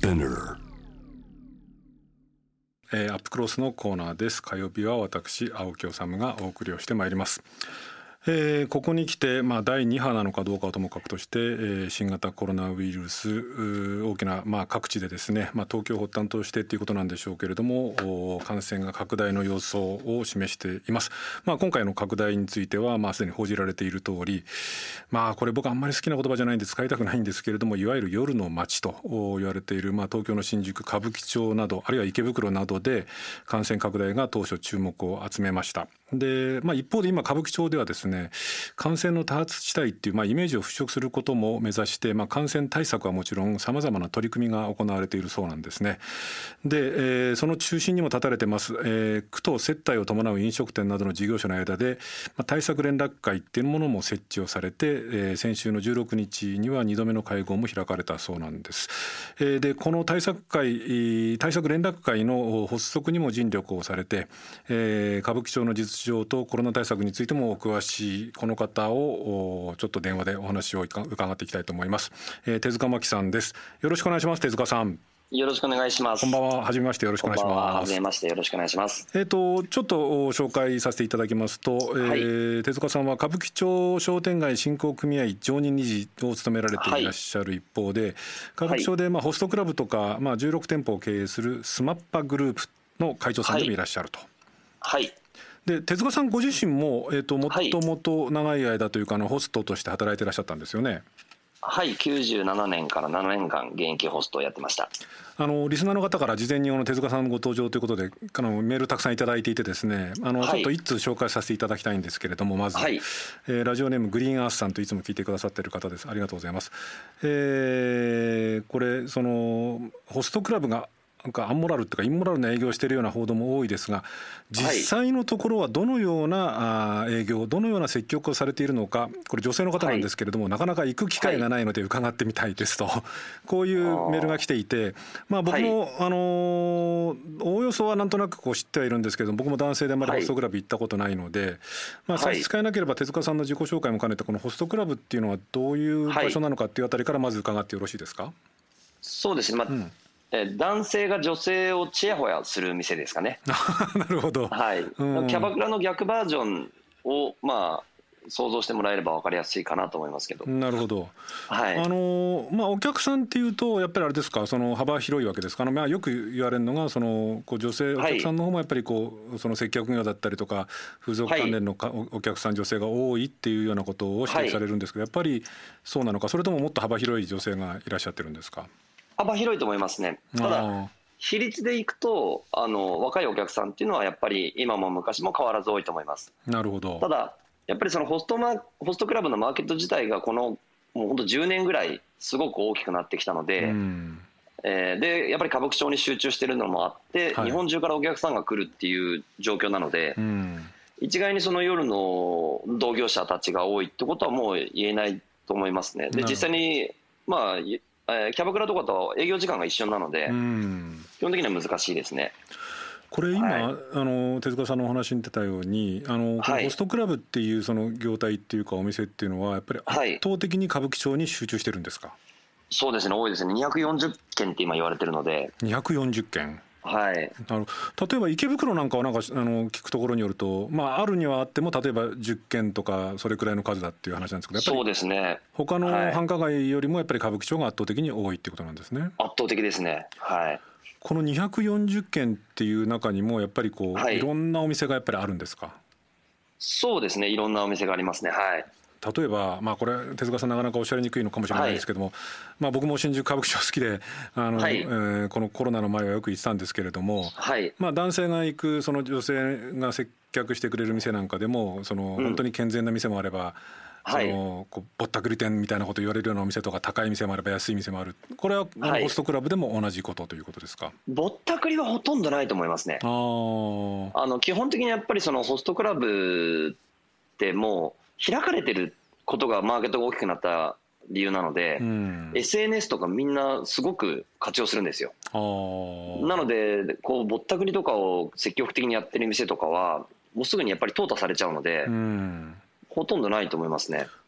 Spinner。 アップクロスのコーナーです。火曜日は私青木治がお送りをしてまいります。ここに来て、第2波なのかどうかはともかくとして、新型コロナウイルス大きな、各地でですね、東京を発端としてということなんでしょうけれども、感染が拡大の様相を示しています。今回の拡大については、すでに報じられている通り、これ僕あんまり好きな言葉じゃないんで使いたくないんですけれども、いわゆる夜の街と言われている、東京の新宿歌舞伎町など、あるいは池袋などで感染拡大が当初注目を集めました。で、一方で今歌舞伎町ではですね、感染の多発地帯っていう、イメージを払拭することも目指して、感染対策はもちろんさまざまな取り組みが行われているそうなんですね。で、その中心にも立たれてます、区と接待を伴う飲食店などの事業者の間で、対策連絡会っていうものも設置をされて、先週の16日には2度目の会合も開かれたそうなんです。で、この対策連絡会の発足にも尽力をされて、歌舞伎町の実情とコロナ対策についてもお詳しいこの方をちょっと電話でお話を伺っていきたいと思います。手塚真紀さんです。よろしくお願いします。手塚さん、 よろしくお願いします。 こんばんは。はじめまして、よろしくお願いします。 こんばんは。はじめまして、よろしくお願いします。 ちょっと紹介させていただきますと、手塚さんは歌舞伎町商店街振興組合常任理事を務められていらっしゃる一方で、歌舞伎町でホストクラブとか、16店舗を経営するスマッパグループの会長さんでもいらっしゃると。で、手塚さんご自身も、もともと長い間というかホストとして働いていらっしゃったんですよね。 はい、97年から7年間現役ホストをやってました。 リスナーの方から事前に手塚さんのご登場ということでメールたくさんいただいていてですね、ちょっと一通紹介させていただきたいんですけれども、まず、ラジオネームグリーンアースさんといつも聞いてくださっている方です。ありがとうございます。これホストクラブがなんかアンモラルというかインモラルな営業をしているような報道も多いですが、実際のところはどのような営業、どのような接客をされているのか、これ女性の方なんですけれども、なかなか行く機会がないので伺ってみたいですと、こういうメールが来ていて、僕も、おおよそはなんとなく知ってはいるんですけど、僕も男性であまりホストクラブ行ったことないので、差し支えなければ手塚さんの自己紹介も兼ねて、このホストクラブっていうのはどういう場所なのかっていうあたりからまず伺ってよろしいですか。 そうですね、男性が女性をチヤホヤする店ですかね。 なるほど。 キャバクラの逆バージョンを想像してもらえれば分かりやすいかなと思いますけど。なるほど。 お客さんっていうとやっぱりあれですか、幅広いわけですか。よく言われるのが女性お客さんの方もやっぱり接客業だったりとか風俗関連のお客さん女性が多いっていうようなことを指摘されるんですけど、やっぱりそうなのか、それとももっと幅広い女性がいらっしゃってるんですか。 幅広いと思いますね。ただ比率でいくと若いお客さんっていうのはやっぱり今も昔も変わらず多いと思います。 なるほど。 ただやっぱりホストクラブのマーケット自体がもう本当10年ぐらいすごく大きくなってきたので、でやっぱり歌舞伎町に集中してるのもあって、日本中からお客さんが来るっていう状況なので、一概に夜の同業者たちが多いってことはもう言えないと思いますね。で実際にキャバクラとかと営業時間が一緒なので、基本的には難しいですね。 これ今、手塚さんのお話に出たようにホストクラブっていう業態っていうかお店っていうのはやっぱり圧倒的に歌舞伎町に集中してるんですか。 そうですね、多いですね。240件って今言われてるので。 240件。例えば池袋なんかは聞くところによると、あるにはあっても例えば10件とかそれくらいの数だっていう話なんですけど、やっぱりそうですね、 他の繁華街よりもやっぱり歌舞伎町が圧倒的に多いっていうことなんですね。 圧倒的ですね。 この240件っていう中にもやっぱりいろんなお店がやっぱりあるんですか。 そうですね、いろんなお店がありますね。 例えば、これ手塚さんなかなかおっしゃりにくいのかもしれないですけども、僕も新宿歌舞伎町好きでこのコロナの前はよく行ってたんですけれども、男性が行く女性が接客してくれる店なんかでも本当に健全な店もあれば、ぼったくり店みたいなこと言われるようなお店とか、高い店もあれば安い店もある。これはホストクラブでも同じことということですか。 ぼったくりはほとんどないと思いますね。基本的にやっぱりホストクラブってもう開かれてることがマーケットが大きくなった理由なので、SNS とかみんなすごく活用するんですよ。なのでぼったくりとかを積極的にやってる店とかはもうすぐにやっぱり淘汰されちゃうので、ほとんどないと思いますね。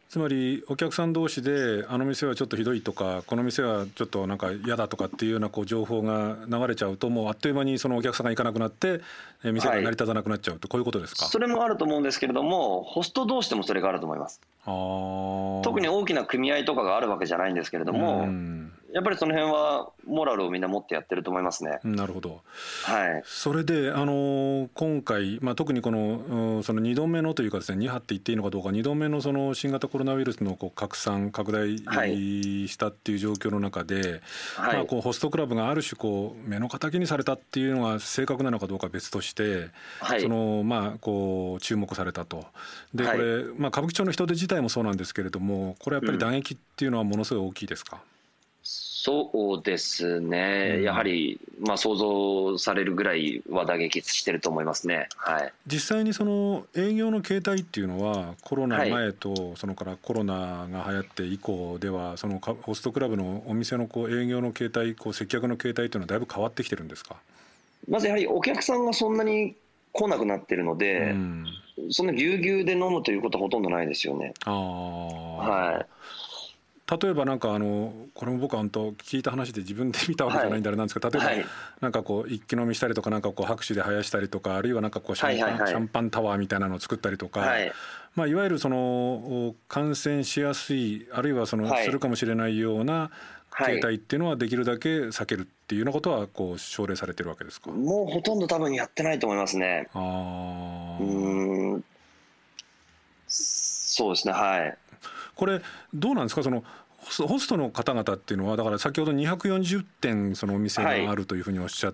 つまりお客さん同士であの店はちょっとひどいとかこの店はちょっとなんか嫌だとかっていうような情報が流れちゃうともうあっという間にそのお客さんが行かなくなって店が成り立たなくなっちゃうと、こういうことですか？ それもあると思うんですけれども、ホスト同士でもそれがあると思います。特に大きな組合とかがあるわけじゃないんですけれども、やっぱりその辺はモラルをみんな持ってやってると思いますね。 なるほど。 はい。 それで今回、特にこのその2度目のというかですね、2波って言っていいのかどうか、2度目のその新型コロナウイルスの拡大したっていう状況の中で、ホストクラブがある種目の敵にされたっていうのが正確なのかどうか別として、注目されたと。でこれ、歌舞伎町の人手自体もそうなんですけれども、これやっぱり打撃っていうのはものすごい大きいですか？ そうですね、やはり、想像されるぐらいは打撃してると思いますね。はい、 実際にその営業の形態っていうのはコロナ前とそのからコロナが流行って以降ではそのホストクラブのお店の営業の形態、接客の形態というのはだいぶ変わってきてるんですか？ まずやはりお客さんがそんなに来なくなってるので、そんなぎゅうぎゅうで飲むということはほとんどないですよね。 例えばなんかこれも僕は本当聞いた話で自分で見たわけじゃないんであれなんですけど、例えばなんか一気飲みしたりとか、なんか拍手で生やしたりとか、あるいはなんかシャンパンタワーみたいなのを作ったりとか、いわゆるその感染しやすい、あるいはするかもしれないような形態っていうのはできるだけ避けるっていうようなことは奨励されてるわけですか？ もうほとんど多分やってないと思いますね。そうですね。はい。 これどうなんですか、そのホストの方々っていうのは、だから先ほど240店そのお店があるというふうにおっしゃって、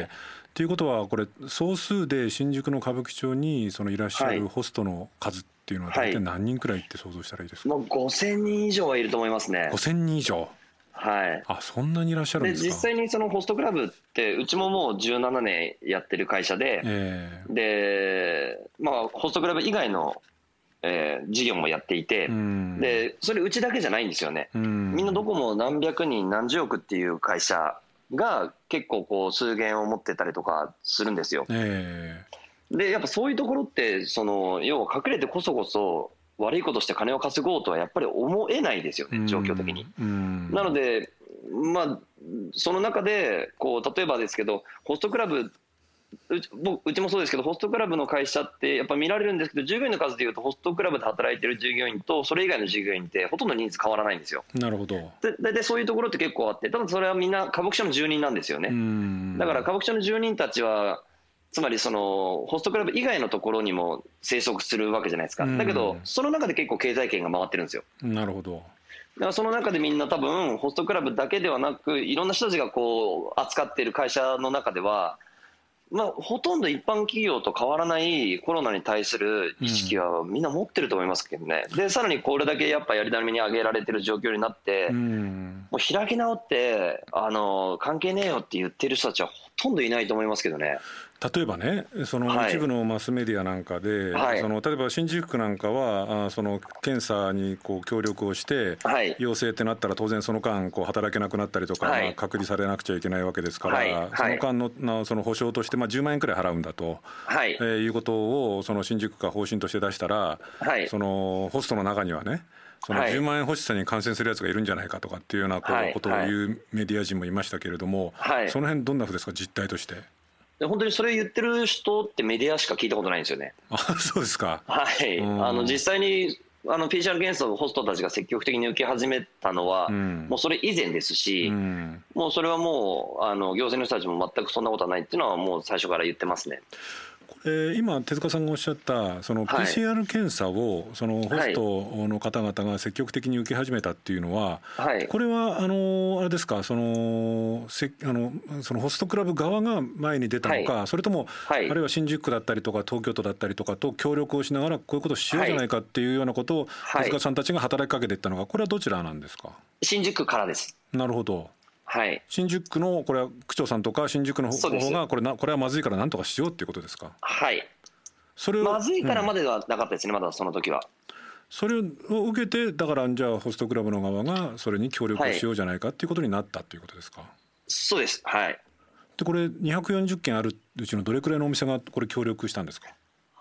ということはこれ総数で新宿の歌舞伎町にいらっしゃるホストの数っていうのは大体何人くらいって想像したらいいですか？ もう5000人以上はいると思いますね。 5000人以上。 はい。 そんなにいらっしゃるんですか？ で実際にそのホストクラブってうちももう17年やってる会社で、でホストクラブ以外の事業もやっていて、でそれうちだけじゃないんですよね。みんなどこも何百人何十億っていう会社が結構数源を持ってたりとかするんですよ。でやっぱそういうところって要は隠れてこそこそ悪いことして金を稼ごうとはやっぱり思えないですよね、状況的に。なのでその中で例えばですけど、ホストクラブうちもそうですけど、ホストクラブの会社ってやっぱ見られるんですけど、従業員の数でいうとホストクラブで働いてる従業員とそれ以外の従業員ってほとんど人数変わらないんですよ。 なるほど。 で大体そういうところって結構あって、ただそれはみんな歌舞伎町の住人なんですよね。だから歌舞伎町の住人たちはつまりホストクラブ以外のところにも生息するわけじゃないですか。だけどその中で結構経済圏が回ってるんですよ。 なるほど。 だからその中でみんな多分ホストクラブだけではなく、いろんな人たちが扱っている会社の中ではほとんど一般企業と変わらないコロナに対する意識はみんな持ってると思いますけどね。でさらにこれだけやっぱやりだめに上げられてる状況になって、もう開き直って関係ねえよって言ってる人たちはほとんどいないと思いますけどね。 例えばね、その一部のマスメディアなんかで、例えば新宿区なんかはその検査に協力をして、陽性ってなったら当然その間働けなくなったりとか、隔離されなくちゃいけないわけですから、その間のその保証として10万円くらい払うんだと、いうことをその新宿区が方針として出したら、そのホストの中にはね、その10万円欲しさに感染するやつがいるんじゃないかとかっていうようなことを言うメディア人もいましたけれども、その辺どんなふうですか、実態として。 本当にそれを言ってる人ってメディアしか聞いたことないんですよね。 そうですか。 実際にPCR 検査をホストたちが積極的に受け始めたのは、もうそれ以前ですし、もうそれはもう行政の人たちも全くそんなことはないっていうのはもう最初から言ってますね。 今手塚さんがおっしゃったその PCR 検査をそのホストの方々が積極的に受け始めたっていうのは、これはあれですか、そのホストクラブ側が前に出たのか、それともあるいは新宿区だったりとか東京都だったりとかと協力をしながらこういうことをしようじゃないかっていうようなことを手塚さんたちが働きかけていったのか、これはどちらなんですか？ 新宿区からです。なるほど。新宿区のこれは区長さんとか新宿の方がこれはまずいからなんとかしようっていうことですか？それをまずいからまではなかったですね、まだその時は。 それを受けて、だからじゃあホストクラブの側がそれに協力をしようじゃないかっていうことになったっていうことですか？ そうです。でこれ240件あるうちのどれくらいのお店がこれ協力したんですか？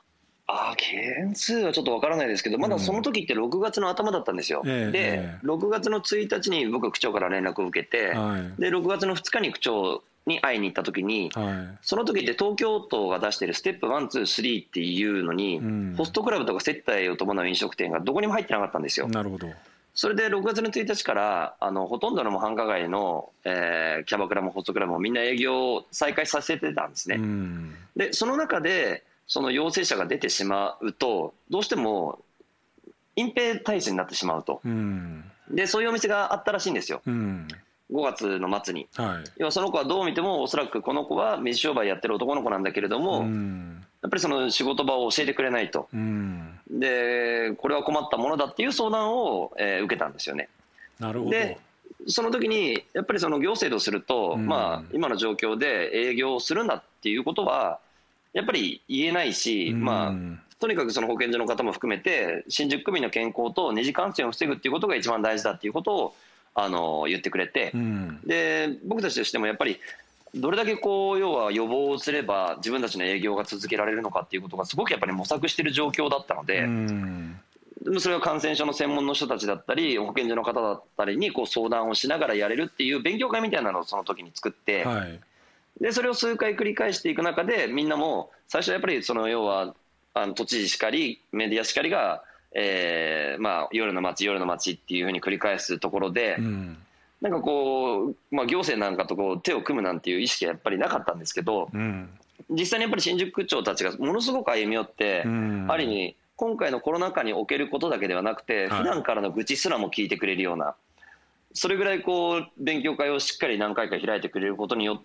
件数はちょっとわからないですけど、まだその時って6月の頭だったんですよ。で、6月の1日に僕区長から連絡を受けて、で6月の2日に区長に会いに行った時に、その時って東京都が出しているステップ1、2、3っていうのに、ホストクラブとか接待を伴う飲食店がどこにも入ってなかったんですよ。 なるほど。 それで6月の1日からほとんどの繁華街の、キャバクラもホストクラブもみんな営業を再開させてたんですね。でその中でその陽性者が出てしまうとどうしても隠蔽体制になってしまうと、でそういうお店があったらしいんですよ、5月の末に、要はその子はどう見てもおそらくこの子は水商売やってる男の子なんだけれども、やっぱりその仕事場を教えてくれないと、でこれは困ったものだっていう相談を、受けたんですよね。 なるほど。 でその時にやっぱりその行政とすると、今の状況で営業をするんだっていうことはやっぱり言えないし、とにかくその保健所の方も含めて新宿区民の健康と二次感染を防ぐっていうことが一番大事だっていうことを言ってくれて、で僕たちとしてもやっぱりどれだけ要は予防をすれば自分たちの営業が続けられるのかっていうことがすごくやっぱり模索している状況だったので、それは感染症の専門の人たちだったり保健所の方だったりに相談をしながらやれるっていう勉強会みたいなのをその時に作って、でそれを数回繰り返していく中でみんなも最初はやっぱり要は都知事しかりメディアしかりが、夜の街っていうふうに繰り返すところで、なんか行政なんかと手を組むなんていう意識はやっぱりなかったんですけど、実際にやっぱり新宿区長たちがものすごく歩み寄って、ある意味今回のコロナ禍におけることだけではなくて、普段からの愚痴すらも聞いてくれるような、それぐらい勉強会をしっかり何回か開いてくれることによって、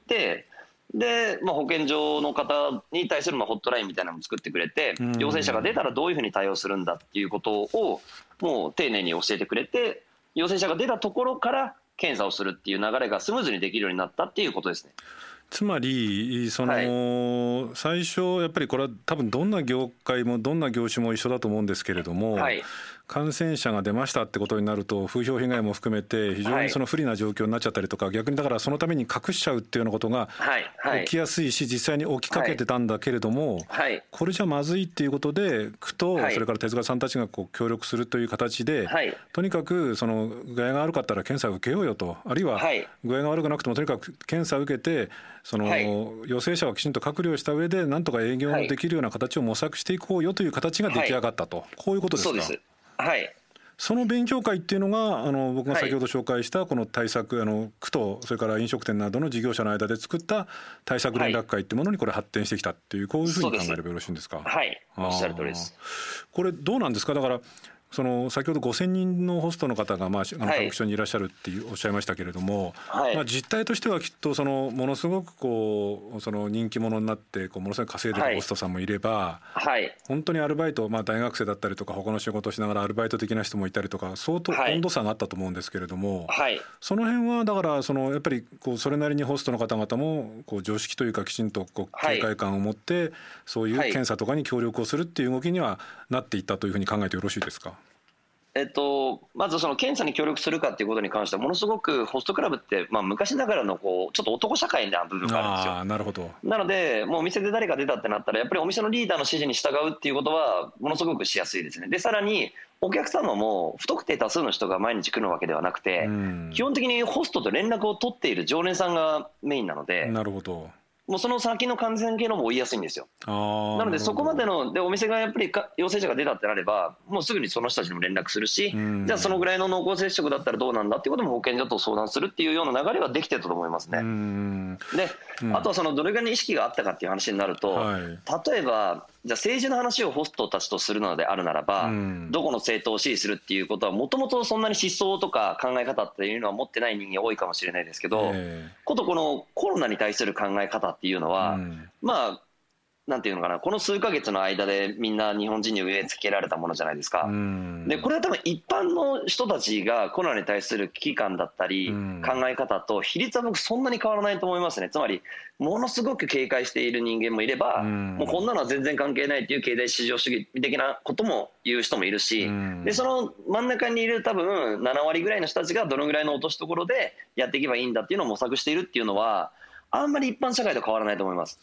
で保健所の方に対するホットラインみたいなのも作ってくれて、陽性者が出たらどういうふうに対応するんだっていうことをもう丁寧に教えてくれて、陽性者が出たところから検査をするっていう流れがスムーズにできるようになったっていうことですね。 つまり最初やっぱりこれは多分どんな業界もどんな業種も一緒だと思うんですけれども、感染者が出ましたってことになると風評被害も含めて非常に不利な状況になっちゃったりとか、逆にだからそのために隠しちゃうっていうようなことが起きやすいし、実際に起きかけてたんだけれども、これじゃまずいっていうことで区とそれから手塚さんたちが協力するという形で、とにかく具合が悪かったら検査を受けようよと、あるいは具合が悪くなくてもとにかく検査を受けて陽性者をきちんと隔離をした上でなんとか営業できるような形を模索していこうよという形が出来上がったと、こういうことですか。 そうです。 その勉強会っていうのが僕が先ほど紹介したこの対策、区とそれから飲食店などの事業者の間で作った対策連絡会っていうものにこれ発展してきたっていう、こういうふうに考えればよろしいんですか。 おっしゃる通りです。 これどうなんですか。だから先ほど5000人のホストの方が歌舞伎町にいらっしゃるっておっしゃいましたけれども、実態としてはきっとものすごく人気者になってものすごく稼いでるホストさんもいれば、本当にアルバイト、大学生だったりとか他の仕事をしながらアルバイト的な人もいたりとか、相当温度差があったと思うんですけれども、その辺はだからやっぱりそれなりにホストの方々も常識というかきちんと警戒感を持ってそういう検査とかに協力をするっていう動きにはなっていったというふうに考えてよろしいですか。 まず検査に協力するかということに関してはものすごくホストクラブって、昔ながらのちょっと男社会な部分があるんですよ。 なるほど。 なのでもうお店で誰が出たってなったらやっぱりお店のリーダーの指示に従うっていうことはものすごくしやすいですね。でさらにお客様も不特定多数の人が毎日来るわけではなくて、基本的にホストと連絡を取っている常連さんがメインなので、 なるほど、 もうその先の感染経路も追いやすいんですよ。なのでそこまでのお店がやっぱり陽性者が出たってなればもうすぐにその人たちにも連絡するし、じゃあそのぐらいの濃厚接触だったらどうなんだっていうことも保健所と相談するっていうような流れはできてると思いますね。であとはどれぐらいの意識があったかっていう話になると、例えばじゃあ政治の話をホストたちとするのであるならば、どこの政党を支持するっていうことはもともとそんなに思想とか考え方っていうのは持ってない人間多いかもしれないですけど、ことこのコロナに対する考え方っていうのは、なんていうのかな、この数ヶ月の間でみんな日本人に植え付けられたものじゃないですか。でこれは多分一般の人たちがコロナに対する危機感だったり考え方と比率は僕そんなに変わらないと思いますね。つまりものすごく警戒している人間もいれば、もうこんなのは全然関係ないっていう経済至上主義的なことも言う人もいるし、でその真ん中にいる多分7割ぐらいの人たちがどのぐらいの落としどころでやっていけばいいんだっていうのを模索しているっていうのはあんまり一般社会と変わらないと思います。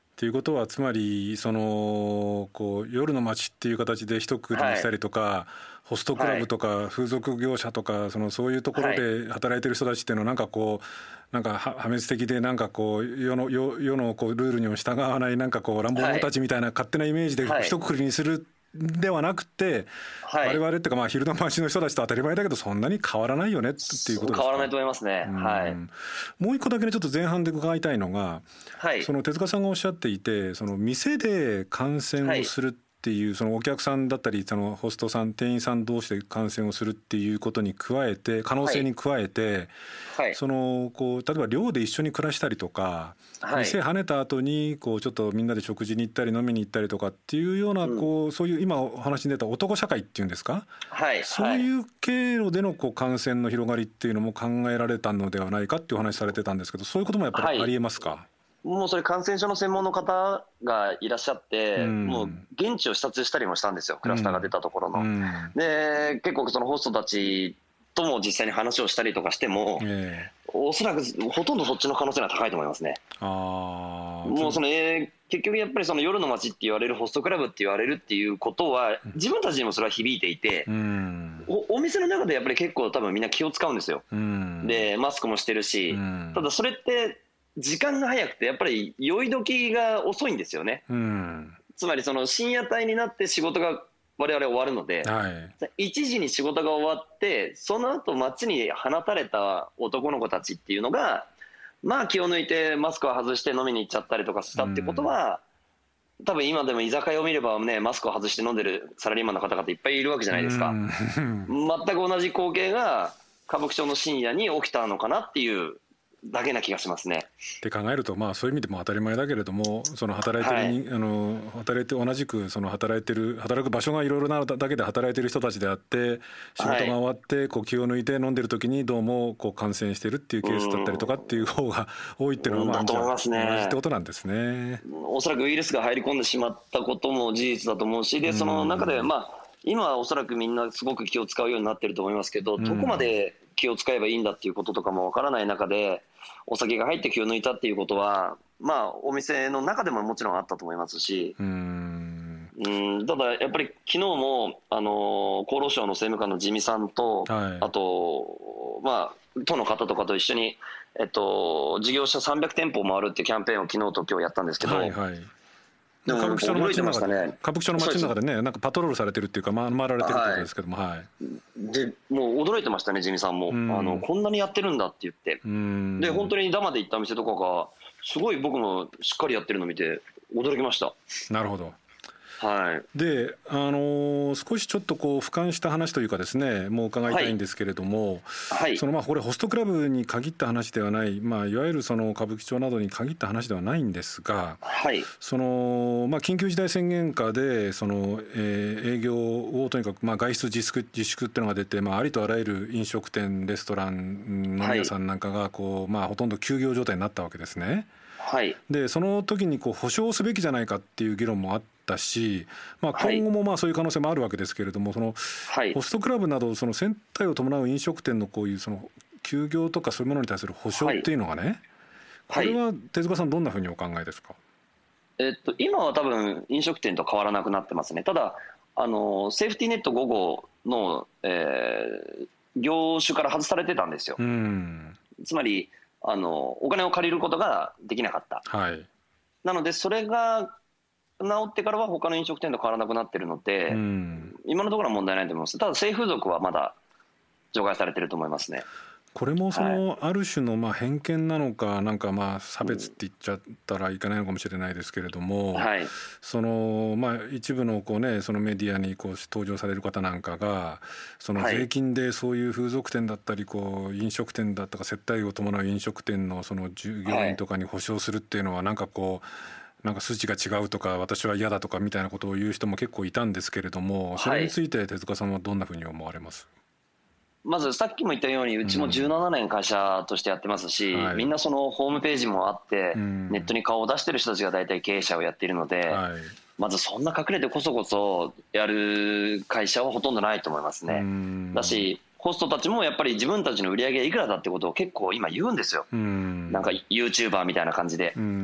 っていうことはつまりこう夜の街っていう形で一括りにしたりとか、ホストクラブとか風俗業者とかそういうところで働いてる人たちっていうのはなんか破滅的で世のこうルールにも従わない乱暴者たちみたいな勝手なイメージで一括りにするではなくて、我々っていうか昼の街の人たちと当たり前だけどそんなに変わらないよねっていうことですか。 変わらないと思いますね。 もう一個だけねちょっと前半で伺いたいのが、手塚さんがおっしゃっていて店で観戦をするっていうお客さんだったりホストさん店員さん同士で観戦をするっていうことに加えて可能性に加えて、例えば寮で一緒に暮らしたりとか、店跳ねた後にちょっとみんなで食事に行ったり飲みに行ったりとかっていうようなそういう今お話に出た男社会っていうんですか、そういう経路での感染の広がりっていうのも考えられたのではないかっていうお話されてたんですけど、そういうこともやっぱりありえますか。 もうそれ感染症の専門の方がいらっしゃって、もう現地を視察したりもしたんですよ、クラスターが出たところの。で結構ホストたちとも実際に話をしたりとかしても、おそらくほとんどそっちの可能性が高いと思いますね。もう結局やっぱり夜の街って言われるホストクラブって言われるっていうことは自分たちにもそれは響いていて、お店の中でやっぱり結構多分みんな気を使うんですよ。でマスクもしてるし、ただそれって時間が早くてやっぱり酔い時が遅いんですよね。つまり深夜帯になって仕事が我々終わるので、1時に仕事が終わってその後街に放たれた男の子たちっていうのが気を抜いてマスクを外して飲みに行っちゃったりとかしたってことは、多分今でも居酒屋を見ればねマスクを外して飲んでるサラリーマンの方々いっぱいいるわけじゃないですか。全く同じ光景が歌舞伎町の深夜に起きたのかなっていうだけな気がしますね。 って考えるとそういう意味でも当たり前だけれども働いてる働いて同じく働く場所がいろいろなだけで働いてる人たちであって仕事が終わって気を抜いて飲んでる時にどうも感染してるっていうケースだったりとかっていう方が多いっていうのはだと思いますね。 同じってことなんですね。 おそらくウイルスが入り込んでしまったことも事実だと思うし、でその中で今はおそらくみんなすごく気を使うようになってると思いますけど、どこまで気を使えばいいんだっていうこととかもわからない中でお酒が入って気を抜いたっていうことはお店の中でももちろんあったと思いますし、ただやっぱり昨日も厚労省の政務官の自見さんと、あと都の方とかと一緒に事業者300店舗回るっていうキャンペーンを昨日と今日やったんですけど、 歌舞伎町の街の中でパトロールされてるっていうか回られてるってことですけども、 でもう驚いてましたね自見さんも、こんなにやってるんだって言って、で本当にダマで行った店とかがすごい僕もしっかりやってるのを見て驚きました。 なるほど。で少しちょっと俯瞰した話というかですねもう伺いたいんですけれども、これホストクラブに限った話ではない、いわゆる歌舞伎町などに限った話ではないんですが、緊急事態宣言下で営業をとにかく外出自粛っていうのが出て、ありとあらゆる飲食店レストラン飲み屋さんなんかがほとんど休業状態になったわけですね。でその時に補償すべきじゃないかっていう議論もあったし、今後もそういう可能性もあるわけですけれども、ホストクラブなど船体を伴う飲食店のこういう休業とかそういうものに対する補償っていうのがね、これは手塚さんどんなふうにお考えですか。 今は多分飲食店と変わらなくなってますね。ただセーフティーネット5号の、業種から外されてたんですよ。つまりお金を借りることができなかった、なのでそれが治ってからは他の飲食店と変わらなくなってるので、今のところは問題ないと思います。ただ性風俗はまだ除外されてると思いますね。 これもある種の偏見なのか差別って言っちゃったらいけないのかもしれないですけれども、一部のそのメディアに登場される方なんかが税金でそういう風俗店だったり飲食店だとか接待を伴う飲食店の従業員とかに保証するっていうのはなんか数値が違うとか私は嫌だとかみたいなことを言う人も結構いたんですけれども、それについて手塚さんはどんなふうに思われます？ まずさっきも言ったようにうちも17年会社としてやってますし、みんなホームページもあって、ネットに顔を出してる人たちが大体経営者をやっているので、まずそんな隠れてこそこそやる会社はほとんどないと思いますね。だしホストたちもやっぱり自分たちの売り上げいくらだってことを結構今言うんですよ。なんか YouTuber みたいな感じで。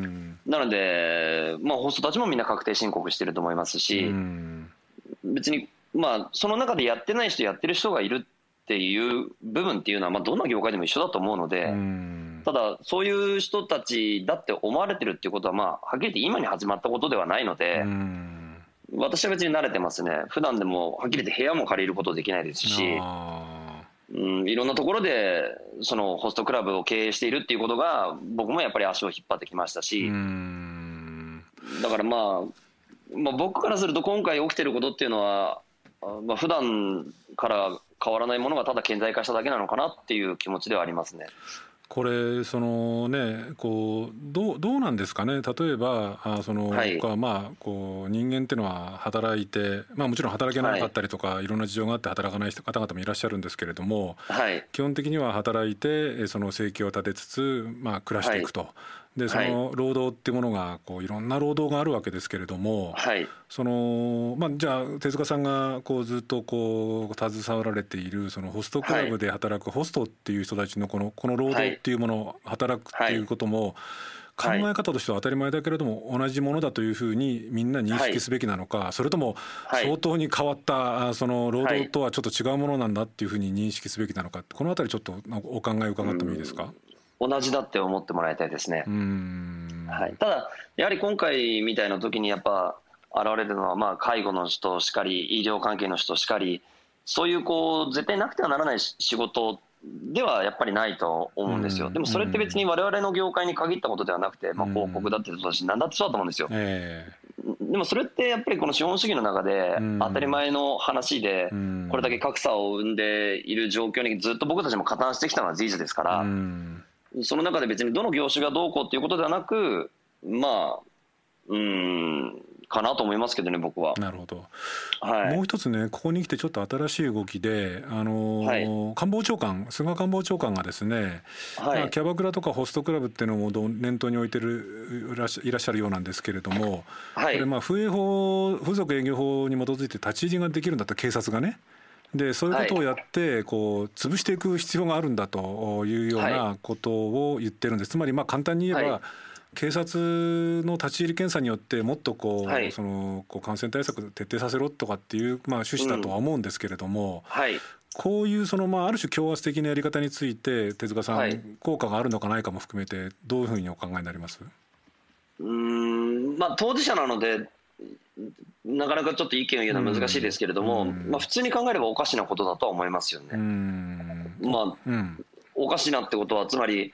なので、ホストたちもみんな確定申告してると思いますし、別にその中でやってない人やってる人がいるっていう部分っていうのはどの業界でも一緒だと思うので、ただそういう人たちだって思われてるっていうことははっきり言って今に始まったことではないので、私は別に慣れてますね。普段でもはっきり言って部屋も借りることできないですし、いろんなところでそのホストクラブを経営しているっていうことが僕もやっぱり足を引っ張ってきましたし、だから僕からすると今回起きてることっていうのは、普段から変わらないものがただ顕在化しただけなのかなっていう気持ちではありますね。 これこうどうなんですかね。例えばこう人間っていうのは働いて、もちろん働けなかったりとか、いろんな事情があって働かない方々もいらっしゃるんですけれども、基本的には働いてその生計を立てつつ、暮らしていくと。でその労働っていうものがいろんな労働があるわけですけれども、じゃあ手塚さんがずっと携わられているそのホストクラブで働くホストっていう人たちのこの労働っていうもの、働くっていうことも考え方としては当たり前だけれども同じものだというふうにみんな認識すべきなのか、それとも相当に変わったその労働とはちょっと違うものなんだっていうふうに認識すべきなのか、このあたりちょっとお考え伺ってもいいですか。 同じだって思ってもらいたいですね。ただやはり今回みたいな時にやっぱ現れるのは介護の人しかり医療関係の人しかり、そういう絶対なくてはならない仕事ではやっぱりないと思うんですよ。でもそれって別に我々の業界に限ったことではなくて、広告だってそうだし何だってそうだと思うんですよ。でもそれってやっぱりこの資本主義の中で当たり前の話で、これだけ格差を生んでいる状況にずっと僕たちも加担してきたのは事実ですから、その中で別にどの業種がどうこうっていうことではなく、かなと思いますけどね、僕は。 なるほど。もう一つね、ここに来てちょっと新しい動きで、官房長官、菅官房長官がですね、キャバクラとかホストクラブっていうのも念頭に置いていらっしゃるようなんですけれども、これ風営法、風俗営業法に基づいて立ち入りができるんだったら警察がね、でそういうことをやって潰していく必要があるんだというようなことを言ってるんです。つまり簡単に言えば、警察の立ち入り検査によってもっとその感染対策徹底させろとかっていう趣旨だとは思うんですけれども、こういうある種強圧的なやり方について手塚さん、効果があるのかないかも含めてどういうふうにお考えになります？ 当事者なのでなかなかちょっと意見を言うのは難しいですけれども、普通に考えればおかしなことだとは思いますよね。おかしなってことはつまり、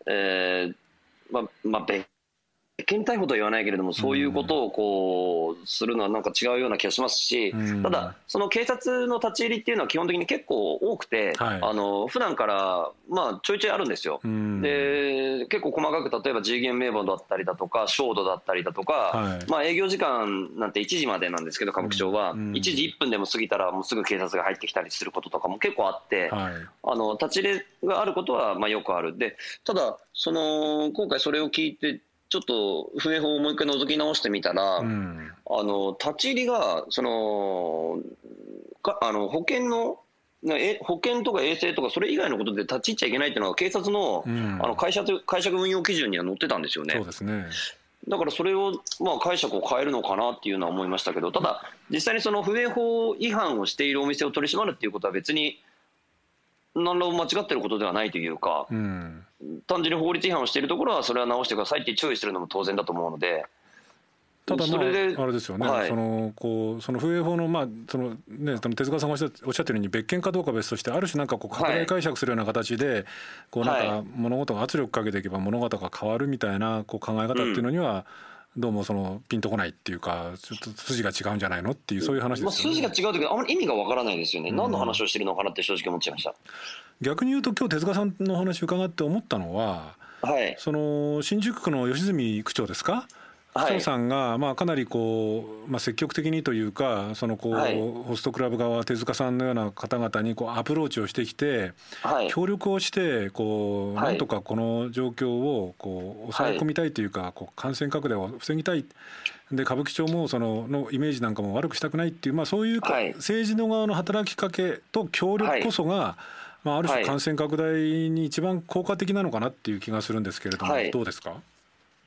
別件逮捕とは言わないけれども、そういうことをするのはなんか違うような気がしますし、ただその警察の立ち入りっていうのは基本的に結構多くて、普段からちょいちょいあるんですよ。で結構細かく、例えばG限名簿だったりだとか焦土だったりだとか、営業時間なんて1時までなんですけど、歌舞伎町は1時1分でも過ぎたらもうすぐ警察が入ってきたりすることとかも結構あって、立ち入りがあることはよくある。でただ今回それを聞いてちょっと風営法をもう一回覗き直してみたら、立ち入りが保険とか衛生とかそれ以外のことで立ち入っちゃいけないっていうのは警察の、解釈運用基準には載ってたんですよね。 そうですね。 だからそれを解釈を変えるのかなっていうのは思いましたけど、ただ実際にその風営法違反をしているお店を取り締まるっていうことは別に何ら間違ってることではないというか、単純に法律違反をしているところはそれは直してくださいって注意するのも当然だと思うので。 ただあれですよね、その風営法の手塚さんがおっしゃってるように別件かどうかは別として、ある種拡大解釈するような形で物事が圧力かけていけば物事が変わるみたいな考え方っていうのにはどうもピンとこないっていうか、ちょっと筋が違うんじゃないのっていう、そういう話ですよね。 筋が違うというかあまり意味がわからないですよね。何の話をしてるのかなって正直思っちゃいました。 逆に言うと今日手塚さんの話を伺って思ったのは、その新宿区の吉住区長ですか、区長さんがかなり積極的にというか、ホストクラブ側、手塚さんのような方々にアプローチをしてきて、協力をしてなんとかこの状況を抑え込みたいというか、感染拡大を防ぎたいで、歌舞伎町ものイメージなんかも悪くしたくないっていう、そういう政治の側の働きかけと協力こそが、ある種感染拡大に一番効果的なのかなっていう気がするんですけれども、どうですか？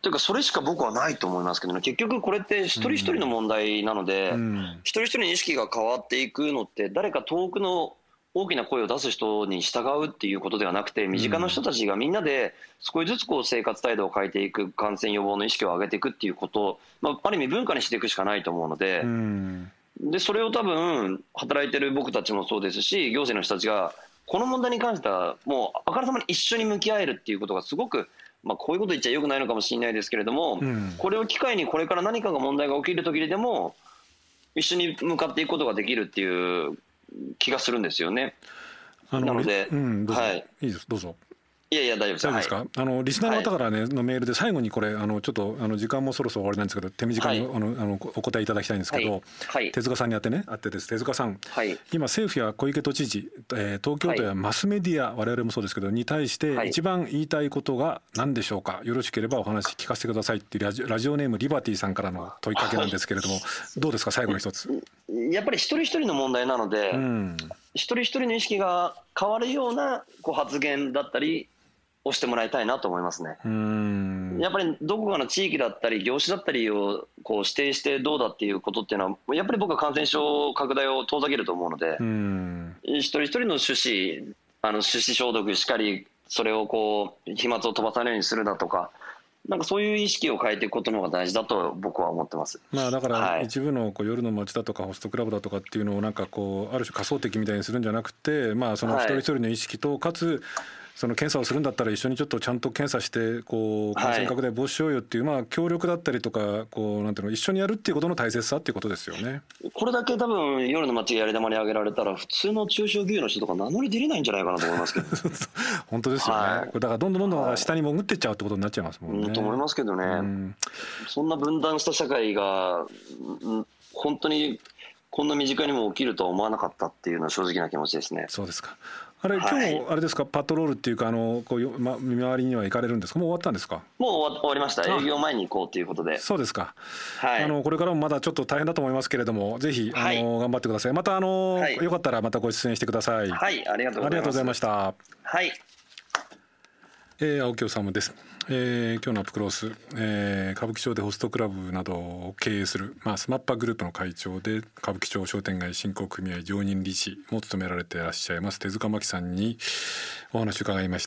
というかそれしか僕はないと思いますけどね。結局これって一人一人の問題なので、一人一人の意識が変わっていくのって誰か遠くの大きな声を出す人に従うっていうことではなくて、身近な人たちがみんなで少しずつこう生活態度を変えていく、感染予防の意識を上げていくっていうことを、ある意味文化にしていくしかないと思うので、でそれを多分働いてる僕たちもそうですし、行政の人たちがこの問題に関してはもうあからさまに一緒に向き合えるっていうことがすごく、こういうこと言っちゃよくないのかもしれないですけれども、これを機会にこれから何かが問題が起きる時でも一緒に向かっていくことができるっていう気がするんですよね。なので、 はい、いいです、どうぞ。 いやいや大丈夫です。 大丈夫ですか。はい、リスナーの方からね、のメールで最後にこれちょっと時間もそろそろ終わりなんですけど、手短に、お答えいただきたいんですけど、手塚さんにあってです。手塚さん、今政府や小池都知事、東京都やマスメディア、我々もそうですけどに対して一番言いたいことが何でしょうか。よろしければお話聞かせてくださいっていうラジオネームリバティさんからの問いかけなんですけれども、どうですか、最後の一つ。 やっぱり一人一人の問題なので、一人一人の意識が変わるような発言だったりをしてもらいたいなと思いますね。やっぱりどこかの地域だったり業種だったりを指定してどうだっていうことっていうのは、やっぱり僕は感染症拡大を遠ざけると思うので、一人一人の手指消毒しっかり、それを飛沫を飛ばさないようにするだとか、なんかそういう意識を変えていくことの方が大事だと僕は思ってます。 だから一部の夜の街だとかホストクラブだとかっていうのをなんかある種仮想敵みたいにするんじゃなくて、その一人一人の意識と、かつその検査をするんだったら一緒にちょっとちゃんと検査して感染拡大防止しようよっていう、協力だったりとかなんていうの、一緒にやるっていうことの大切さっていうことですよね。 これだけ多分夜の街がやり玉に挙げられたら、普通の中小企業の人とか名乗り出れないんじゃないかなと思いますけど本当ですよね。これだからどんどん下に潜っていっちゃうってことになっちゃいますもんね。 と思いますけどね。そんな分断した社会が本当にこんな身近にも起きるとは思わなかったっていうのは正直な気持ちですね。 そうですか。今日あれですか、パトロールっていうか見回りには行かれるんですか。もう終わったんですか。 もう終わりました。営業前に行こうということで。 そうですか。これからもまだちょっと大変だと思いますけれども、ぜひ頑張ってください。またよかったらまたご出演してください。 はい、ありがとうございました。はい。 青木治です。今日のアップクロース、歌舞伎町でホストクラブなどを経営する、スマッパグループの会長で歌舞伎町商店街振興組合常任理事も務められていらっしゃいます手塚真紀さんにお話を伺いました。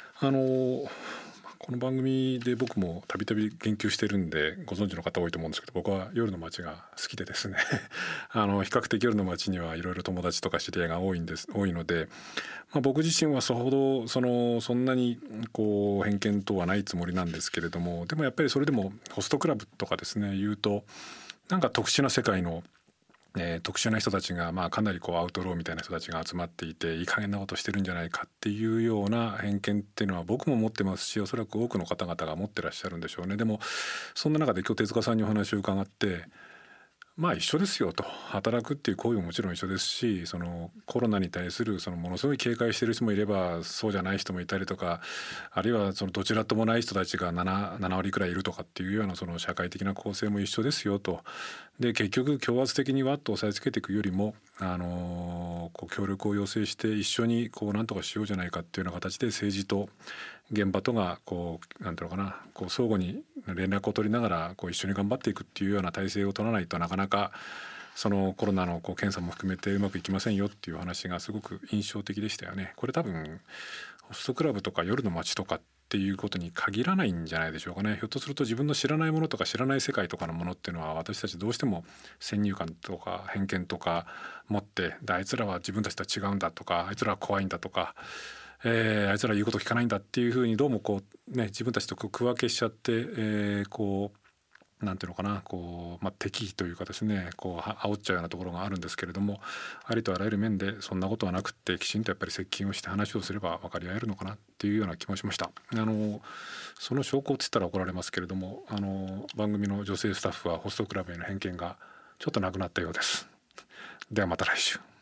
この番組で僕もたびたび言及してるんでご存知の方多いと思うんですけど、僕は夜の街が好きでですね比較的夜の街にはいろいろ友達とか知り合いが多いので、僕自身はそんなに偏見等はないつもりなんですけれども、でもやっぱりそれでもホストクラブとかですね言うと、なんか特殊な世界の特殊な人たちがかなりアウトローみたいな人たちが集まっていて、いい加減なことしてるんじゃないかっていうような偏見っていうのは僕も持ってますし、おそらく多くの方々が持ってらっしゃるんでしょうね。でもそんな中で今日手塚さんにお話を伺って、一緒ですよと。働くっていう行為ももちろん一緒ですし、そのコロナに対するものすごい警戒している人もいればそうじゃない人もいたりとか、あるいはどちらともない人たちが 7割くらいいるとかっていうようなその社会的な構成も一緒ですよと。で結局強圧的にわっと押さえつけていくよりも、協力を要請して一緒に何とかしようじゃないかっていうような形で政治と現場とがなんていうのかな、相互に連絡を取りながら一緒に頑張っていくっていうような体制を取らないとなかなかそのコロナの検査も含めてうまくいきませんよっていう話がすごく印象的でしたよね。これ多分ホストクラブとか夜の街とかっていうことに限らないんじゃないでしょうかね。ひょっとすると自分の知らないものとか知らない世界とかのものっていうのは私たちどうしても先入観とか偏見とか持って、あいつらは自分たちとは違うんだとか、あいつらは怖いんだとか、あいつら言うこと聞かないんだっていうふうにどうも自分たちと区分けしちゃって、なんていうのかな、敵というかですね、煽っちゃうようなところがあるんですけれども、ありとあらゆる面でそんなことはなくって、きちんとやっぱり接近をして話をすれば分かり合えるのかなっていうような気もしました。その証拠をつったら怒られますけれども、番組の女性スタッフはホストクラブへの偏見がちょっとなくなったようです。ではまた来週。